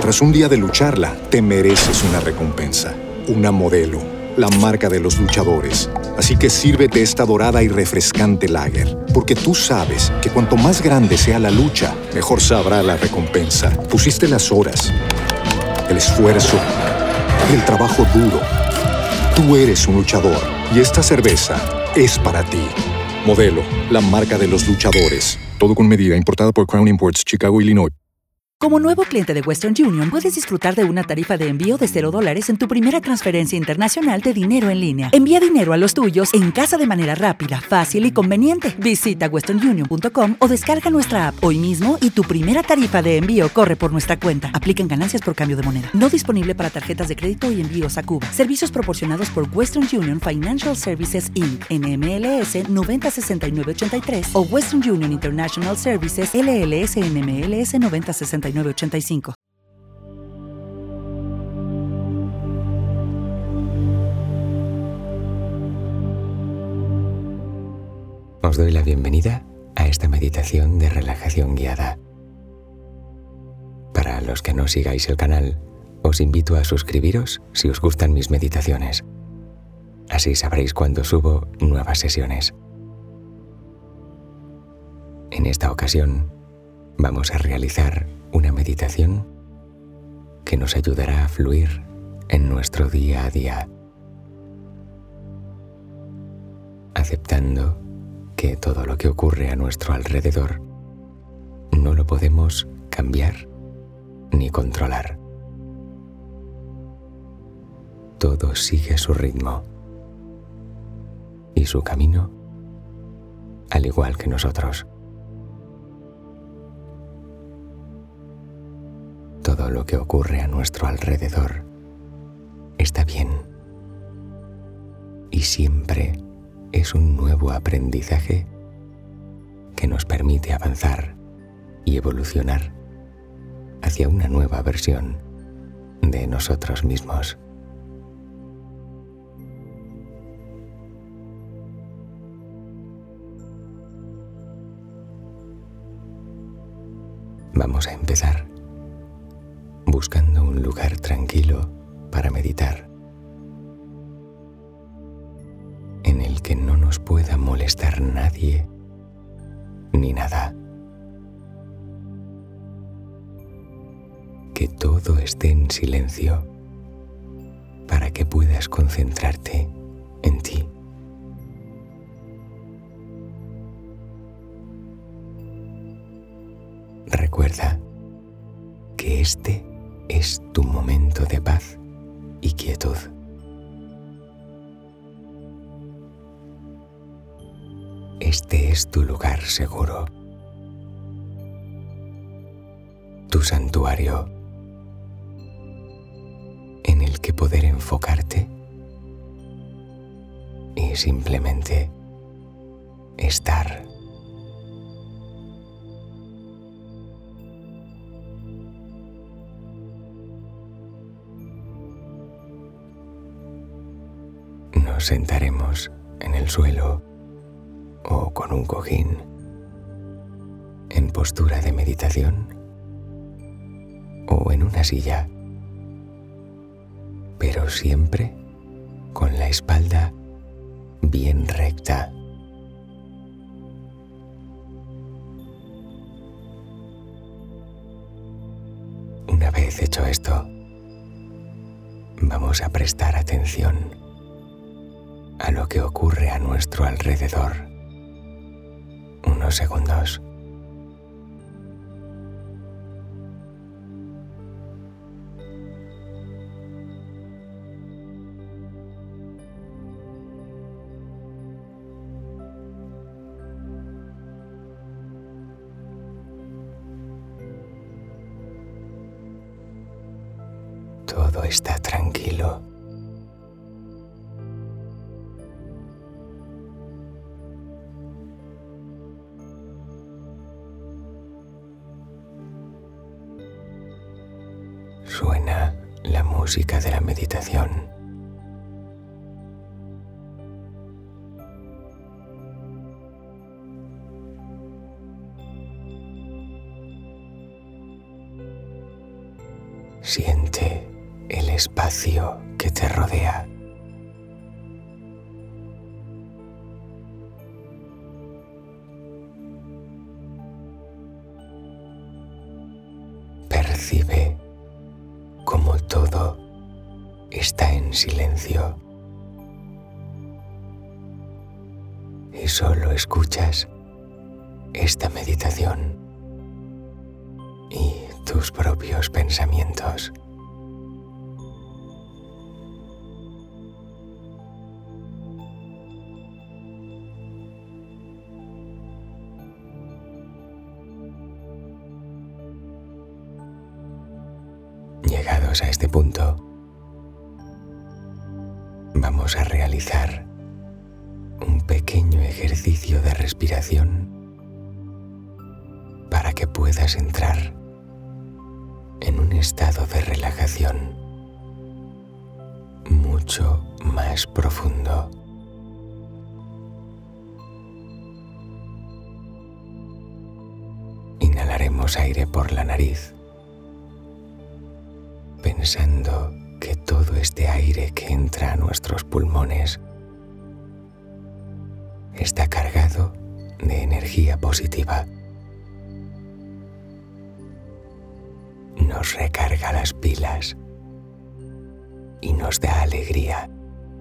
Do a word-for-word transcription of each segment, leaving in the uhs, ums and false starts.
tras un día de lucharla, te mereces una recompensa. Una Modelo, la marca de los luchadores. Así que sírvete esta dorada y refrescante lager, porque tú sabes que cuanto más grande sea la lucha, mejor sabrá la recompensa. Pusiste las horas, el esfuerzo, el trabajo duro. Tú eres un luchador y esta cerveza es para ti. Modelo, la marca de los luchadores. Todo con medida, importada por Crown Imports, Chicago, Illinois. Como nuevo cliente de Western Union, puedes disfrutar de una tarifa de envío de cero dólares en tu primera transferencia internacional de dinero en línea. Envía dinero a los tuyos en casa de manera rápida, fácil y conveniente. Visita western union punto com o descarga nuestra app hoy mismo y tu primera tarifa de envío corre por nuestra cuenta. Aplican ganancias por cambio de moneda. No disponible para tarjetas de crédito y envíos a Cuba. Servicios proporcionados por Western Union Financial Services incorporated. N M L S noventa sesenta y nueve ochenta y tres o Western Union International Services L L S N M L S noventa sesenta y nueve ochenta y cinco. Os doy la bienvenida a esta meditación de relajación guiada. Para los que no sigáis el canal, os invito a suscribiros si os gustan mis meditaciones. Así sabréis cuando subo nuevas sesiones. En esta ocasión, vamos a realizar una meditación que nos ayudará a fluir en nuestro día a día, aceptando que todo lo que ocurre a nuestro alrededor no lo podemos cambiar ni controlar. Todo sigue su ritmo y su camino, al igual que nosotros. Todo lo que ocurre a nuestro alrededor está bien y siempre es un nuevo aprendizaje que nos permite avanzar y evolucionar hacia una nueva versión de nosotros mismos. Vamos a empezar buscando un lugar tranquilo para meditar, en el que no nos pueda molestar nadie ni nada. Que todo esté en silencio para que puedas concentrarte en ti. Recuerda que este es tu momento de paz y quietud. Este es tu lugar seguro, tu santuario, en el que poder enfocarte y simplemente estar. Nos sentaremos en el suelo o con un cojín, en postura de meditación o en una silla, pero siempre con la espalda bien recta. Una vez hecho esto, vamos a prestar atención a lo que ocurre a nuestro alrededor. Unos segundos. Todo está tranquilo. Suena la música de la meditación. Siente el espacio que te rodea. Percibe cómo todo está en silencio y solo escuchas esta meditación y tus propios pensamientos. Llegados a este punto, vamos a realizar un pequeño ejercicio de respiración para que puedas entrar en un estado de relajación mucho más profundo. Inhalaremos aire por la nariz, pensando que todo este aire que entra a nuestros pulmones está cargado de energía positiva. Nos recarga las pilas y nos da alegría.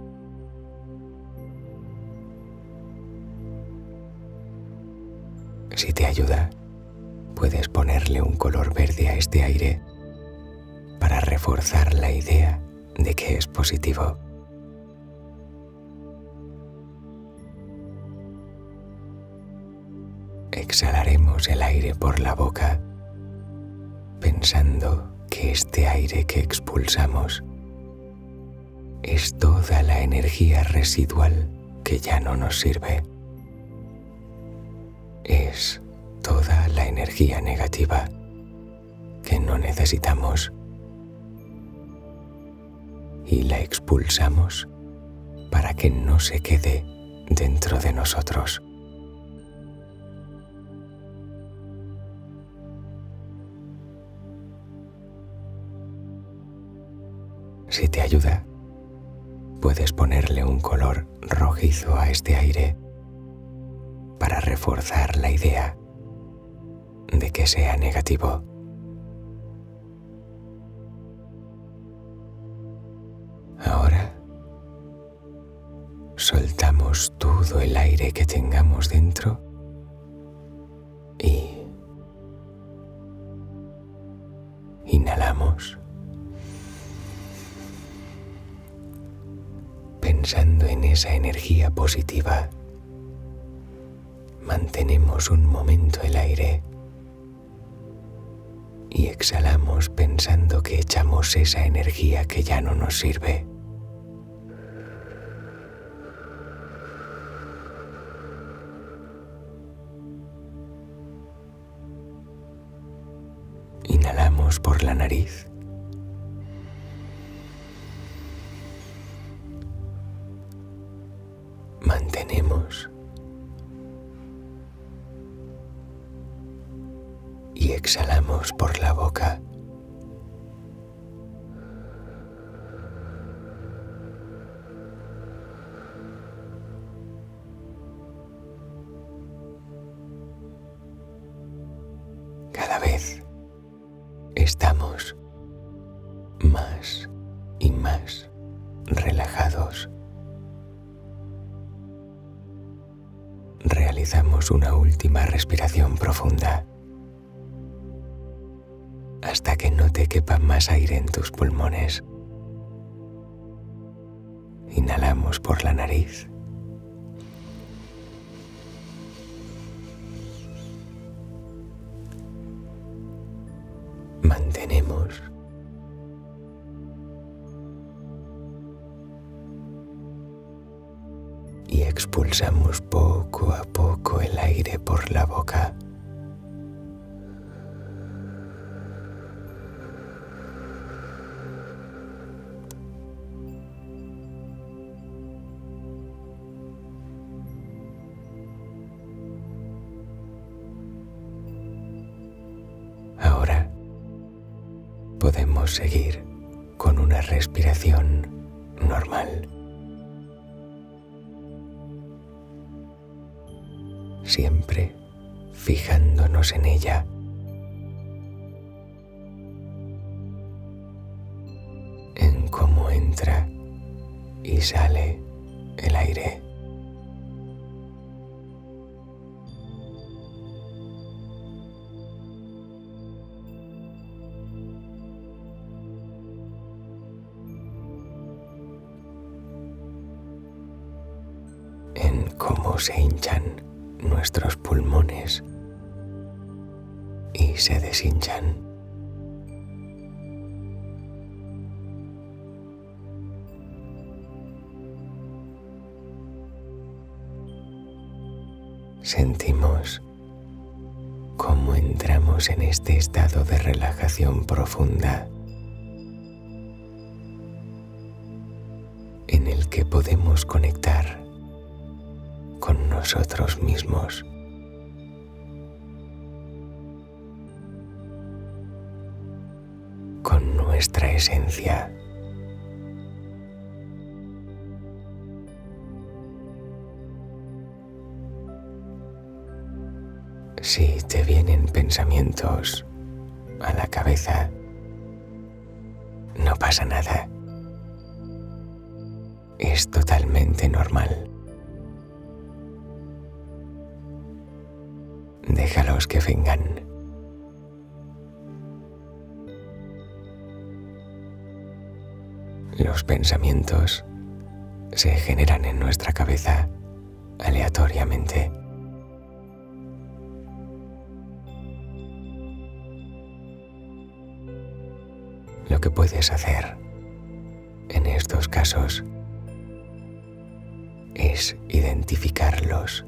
Si te ayuda, puedes ponerle un color verde a este aire para reforzar la idea de que es positivo. Exhalaremos el aire por la boca, pensando que este aire que expulsamos es toda la energía residual que ya no nos sirve. Es toda la energía negativa que no necesitamos y la expulsamos para que no se quede dentro de nosotros. Si te ayuda, puedes ponerle un color rojizo a este aire para reforzar la idea de que sea negativo. Ahora soltamos todo el aire que tengamos dentro y inhalamos, pensando en esa energía positiva. Mantenemos un momento el aire y exhalamos pensando que echamos esa energía que ya no nos sirve. Inhalamos por la nariz. Mantenemos y exhalamos por la boca. Cada vez estamos más y más relajados. Realizamos una última respiración profunda hasta que no te quepa más aire en tus pulmones. Inhalamos por la nariz. Mantenemos. Y expulsamos poco a poco el aire por la boca. podemos seguir con una respiración normal. Siempre fijándonos en ella. En cómo entra y sale el aire. En cómo se hinchan nuestros pulmones y se deshinchan. Sentimos cómo entramos en este estado de relajación profunda en el que podemos conectar con nosotros mismos. Con nuestra esencia. Si te vienen pensamientos a la cabeza, no pasa nada. Es totalmente normal. Déjalos que vengan. Los pensamientos se generan en nuestra cabeza aleatoriamente. Lo que puedes hacer en estos casos es identificarlos,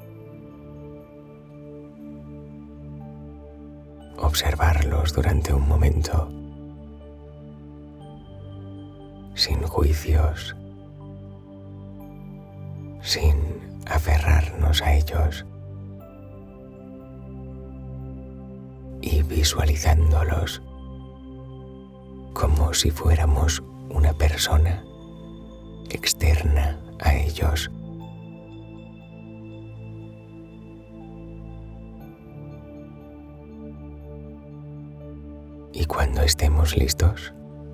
observarlos durante un momento, sin juicios, sin aferrarnos a ellos, y visualizándolos como si fuéramos una persona externa a ellos. Y cuando estemos listos,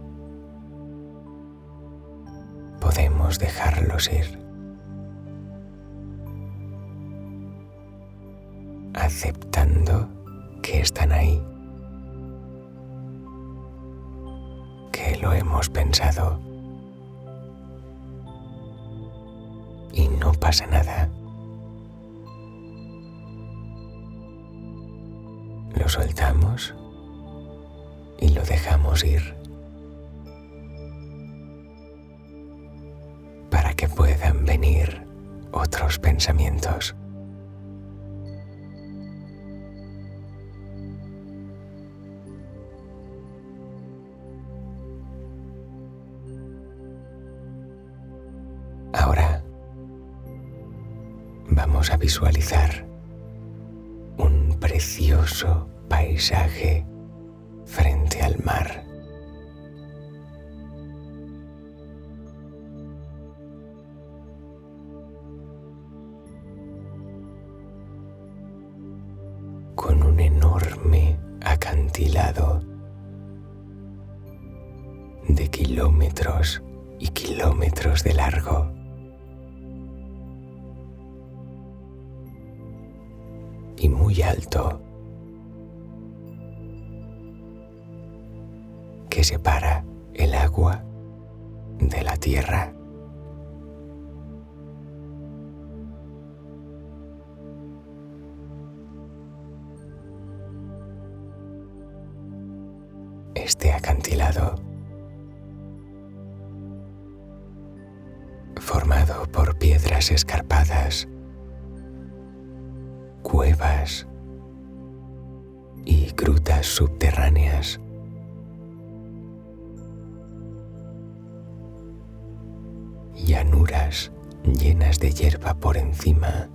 podemos dejarlos ir, aceptando que están ahí, que lo hemos pensado y no pasa nada. Lo soltamos y lo dejamos ir para que puedan venir otros pensamientos. Ahora vamos a visualizar un precioso paisaje frente al mar. Con un enorme acantilado de kilómetros y kilómetros de largo. Y muy alto, que separa el agua de la tierra. Este acantilado, formado por piedras escarpadas, cuevas y grutas subterráneas, llanuras llenas de hierba por encima,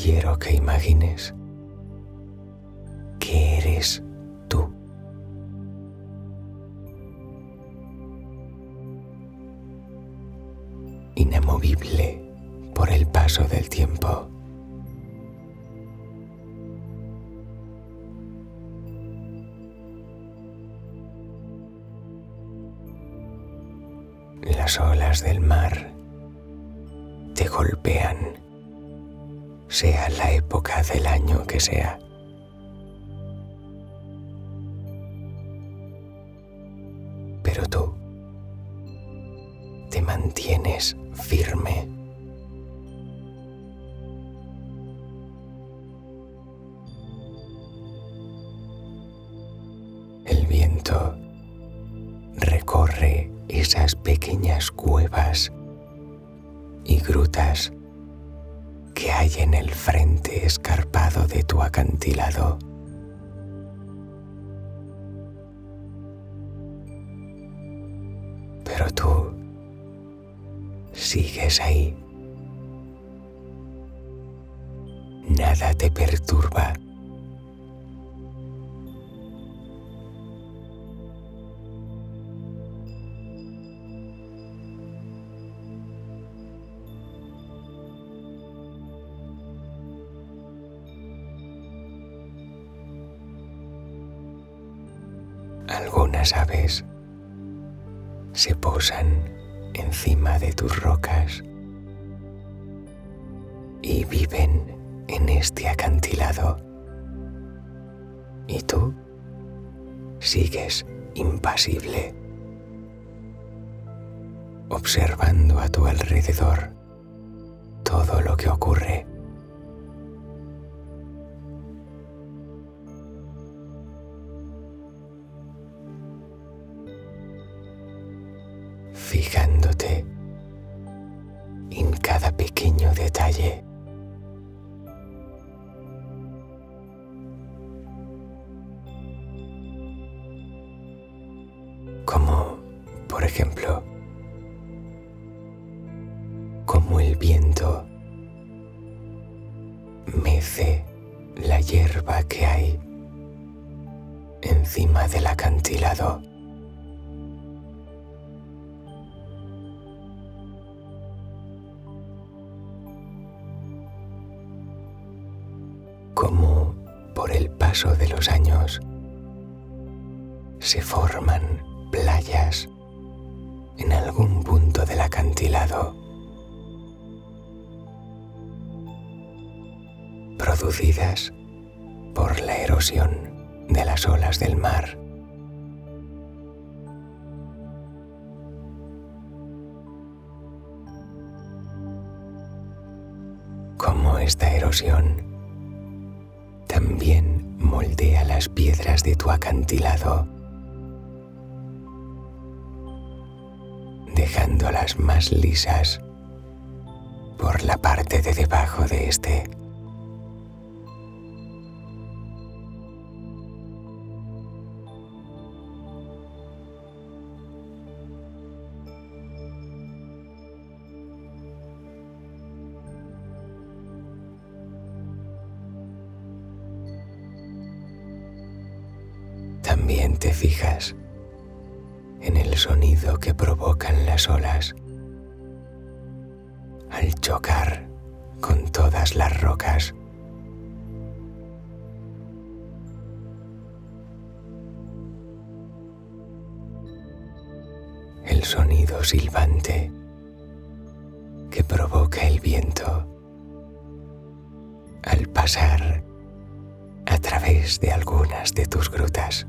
quiero que imagines que eres tú. Inamovible por el paso del tiempo. Las olas del mar te golpean, sea la época del año que sea. Pero tú te mantienes firme. El viento recorre esas pequeñas cuevas y grutas que hay en el frente escarpado de tu acantilado. Pero tú sigues ahí. Nada te perturba. Algunas aves se posan encima de tus rocas y viven en este acantilado. Y tú sigues impasible, observando a tu alrededor todo lo que ocurre. Fijándote en cada pequeño detalle. Como, por ejemplo, cómo el viento mece la hierba que hay encima del acantilado. Cómo por el paso de los años se forman playas en algún punto del acantilado, producidas por la erosión de las olas del mar. Cómo esta erosión también moldea las piedras de tu acantilado, dejándolas más lisas por la parte de debajo de este. También te fijas en el sonido que provocan las olas al chocar con todas las rocas. El sonido silbante que provoca el viento al pasar a través de algunas de tus grutas.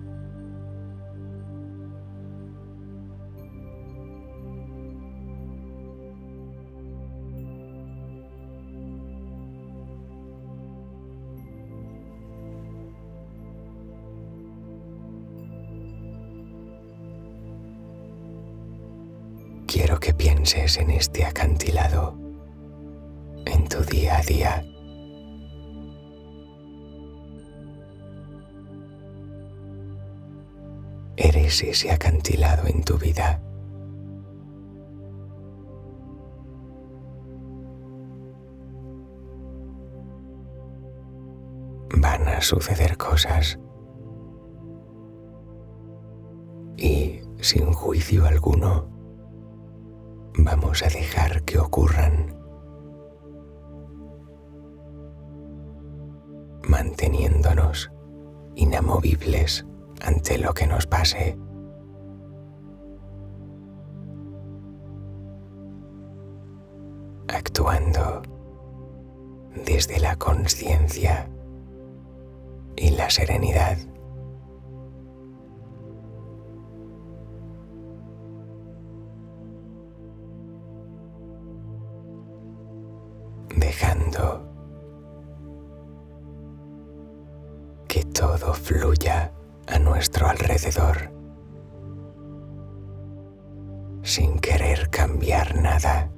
Quiero que pienses en este acantilado, en tu día a día. Eres ese acantilado en tu vida. a suceder cosas y, sin juicio alguno, vamos a dejar que ocurran, manteniéndonos inamovibles ante lo que nos pase. Actuando desde la consciencia y la serenidad. Dejando que todo fluya a nuestro alrededor, sin querer cambiar nada.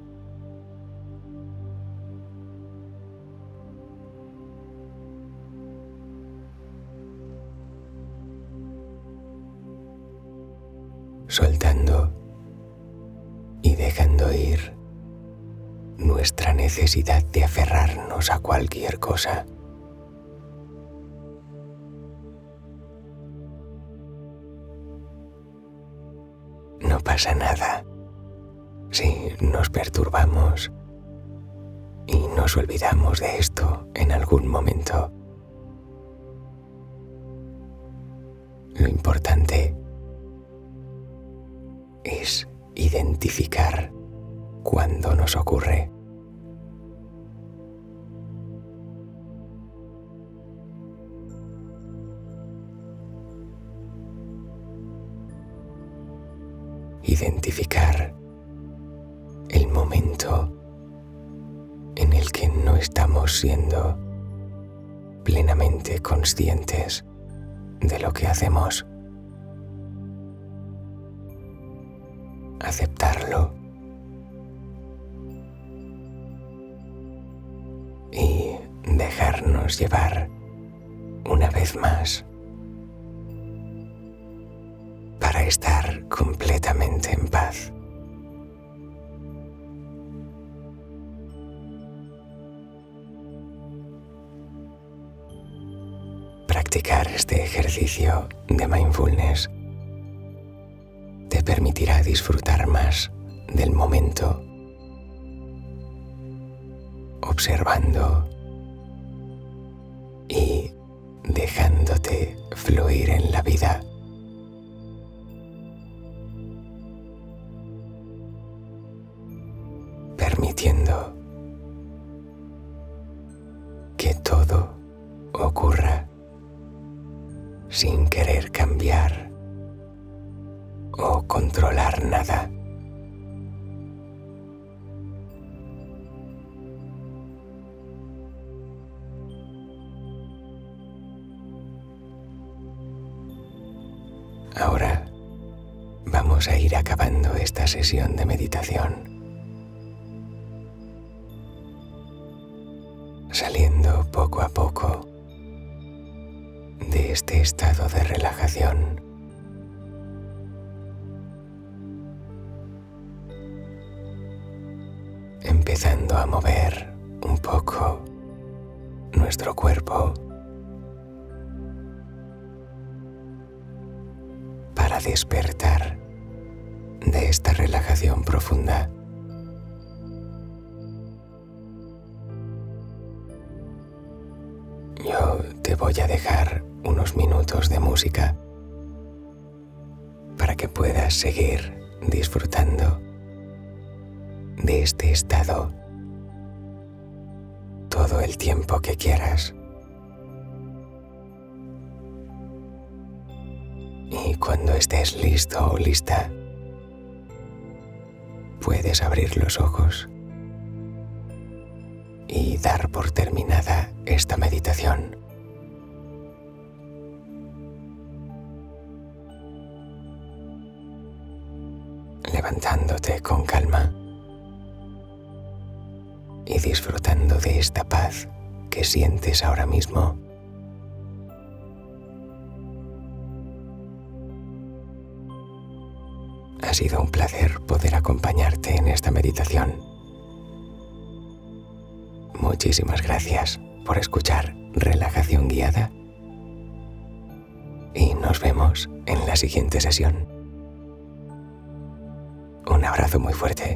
Soltando y dejando ir nuestra necesidad de aferrarnos a cualquier cosa. No pasa nada si nos perturbamos y nos olvidamos de esto en algún momento. Lo importante es identificar cuando nos ocurre. Identificar el momento en el que no estamos siendo plenamente conscientes de lo que hacemos. Aceptarlo y dejarnos llevar una vez más para estar completamente en paz. Practicar este ejercicio de mindfulness te permitirá disfrutar más del momento, observando y dejándote fluir en la vida. Permitiendo que todo ocurra sin querer cambiar o controlar nada. Ahora vamos a ir acabando esta sesión de meditación, saliendo poco a poco de este estado de relajación. Empezando a mover un poco nuestro cuerpo para despertar de esta relajación profunda. Yo te voy a dejar unos minutos de música para que puedas seguir disfrutando de este estado todo el tiempo que quieras. Y cuando estés listo o lista, puedes abrir los ojos y dar por terminada esta meditación. Levantándote con calma y disfrutando de esta paz que sientes ahora mismo. Ha sido un placer poder acompañarte en esta meditación. Muchísimas gracias por escuchar Relajación Guiada y nos vemos en la siguiente sesión. Un abrazo muy fuerte.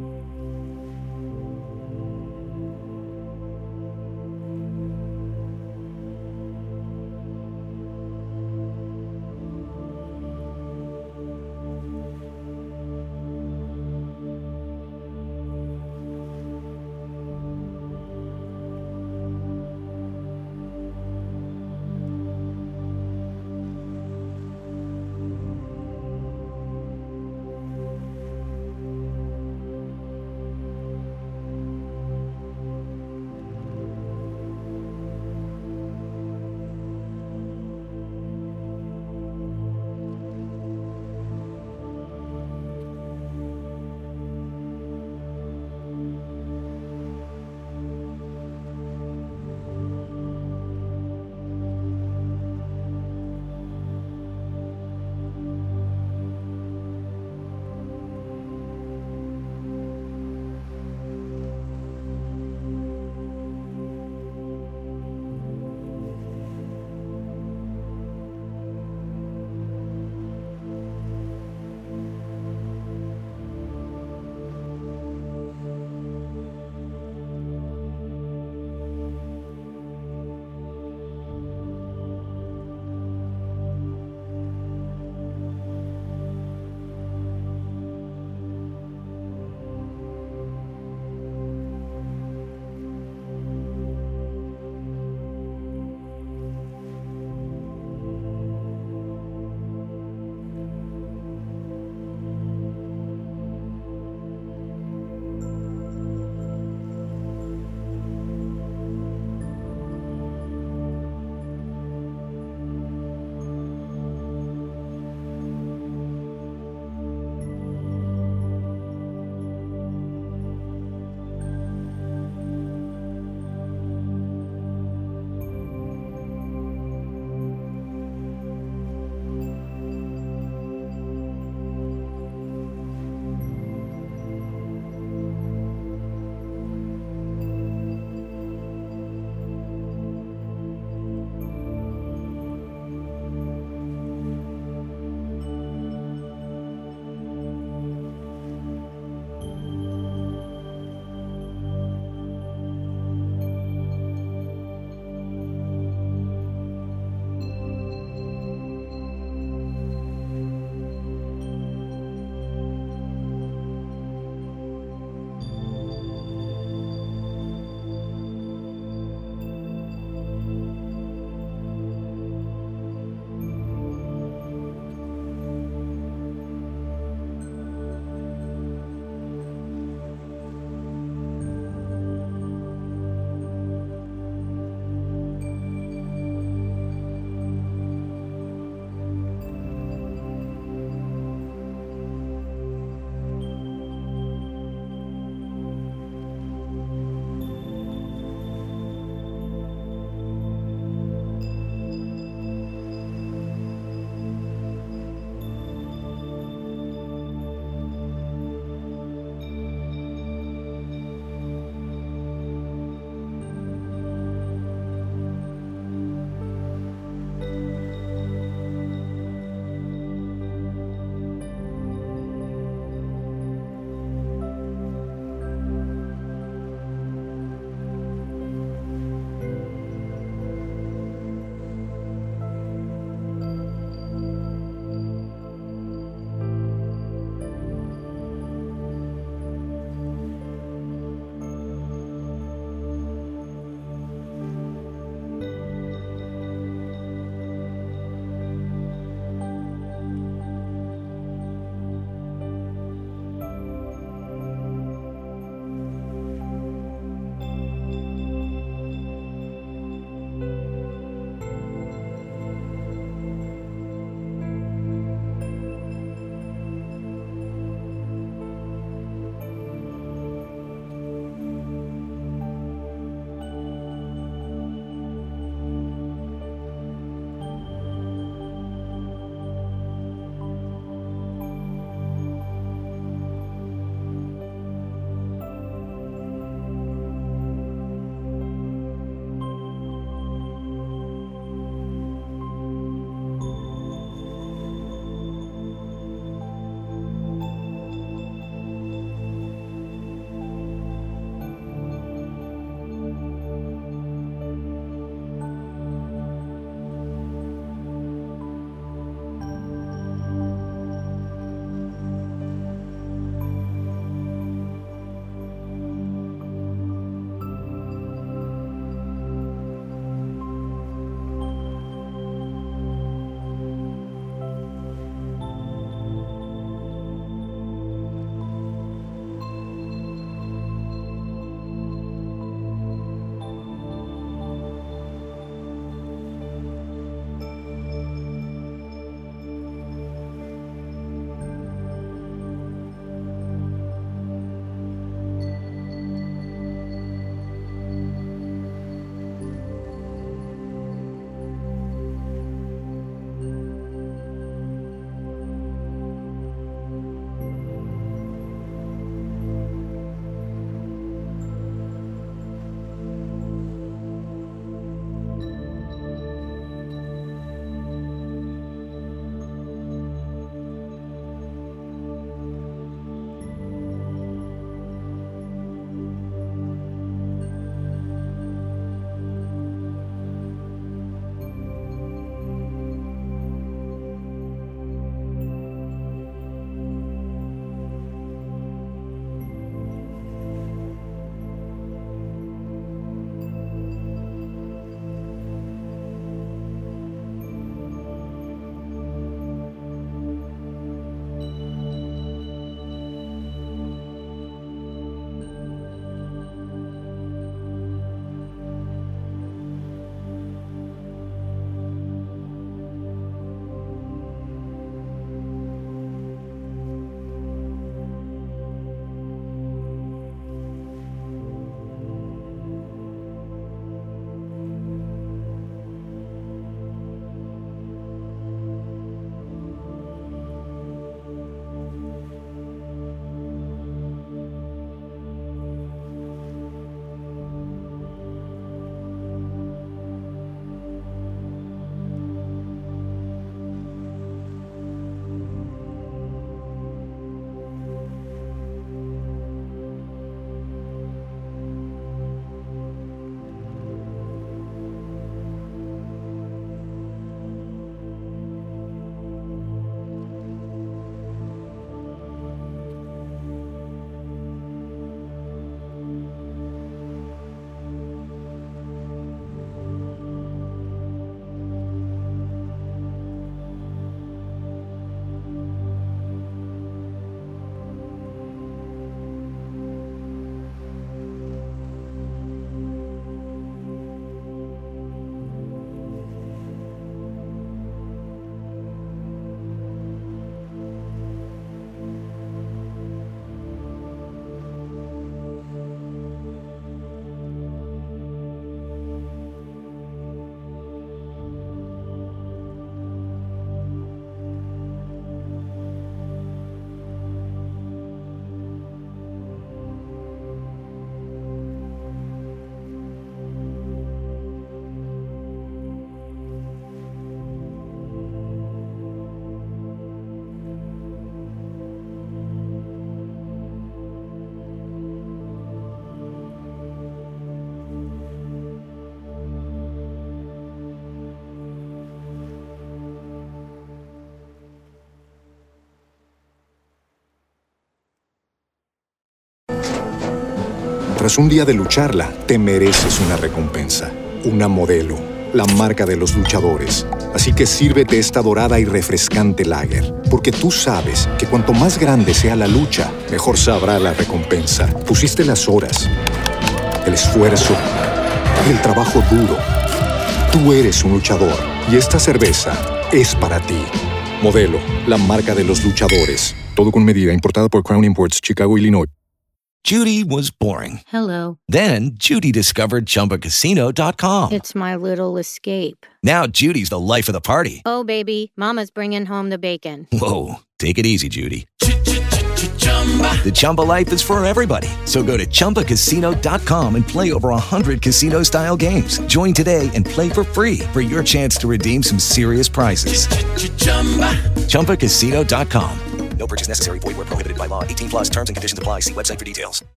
Tras un día de lucharla, te mereces una recompensa, una Modelo, la marca de los luchadores. Así que sírvete esta dorada y refrescante lager, porque tú sabes que cuanto más grande sea la lucha, mejor sabrá la recompensa. Pusiste las horas, el esfuerzo, el trabajo duro. Tú eres un luchador y esta cerveza es para ti. Modelo, la marca de los luchadores. Todo con medida, importada por Crown Imports, Chicago, Illinois. Judy was boring. Hello. Then Judy discovered Chumba Casino dot com. It's my little escape. Now Judy's the life of the party. Oh, baby, mama's bringing home the bacon. Whoa, take it easy, Judy. The Chumba life is for everybody. So go to Chumba Casino dot com and play over one hundred casino-style games. Join today and play for free for your chance to redeem some serious prizes. Chumba Casino dot com. No purchase necessary. Void where prohibited by law. eighteen plus terms and conditions apply. See website for details.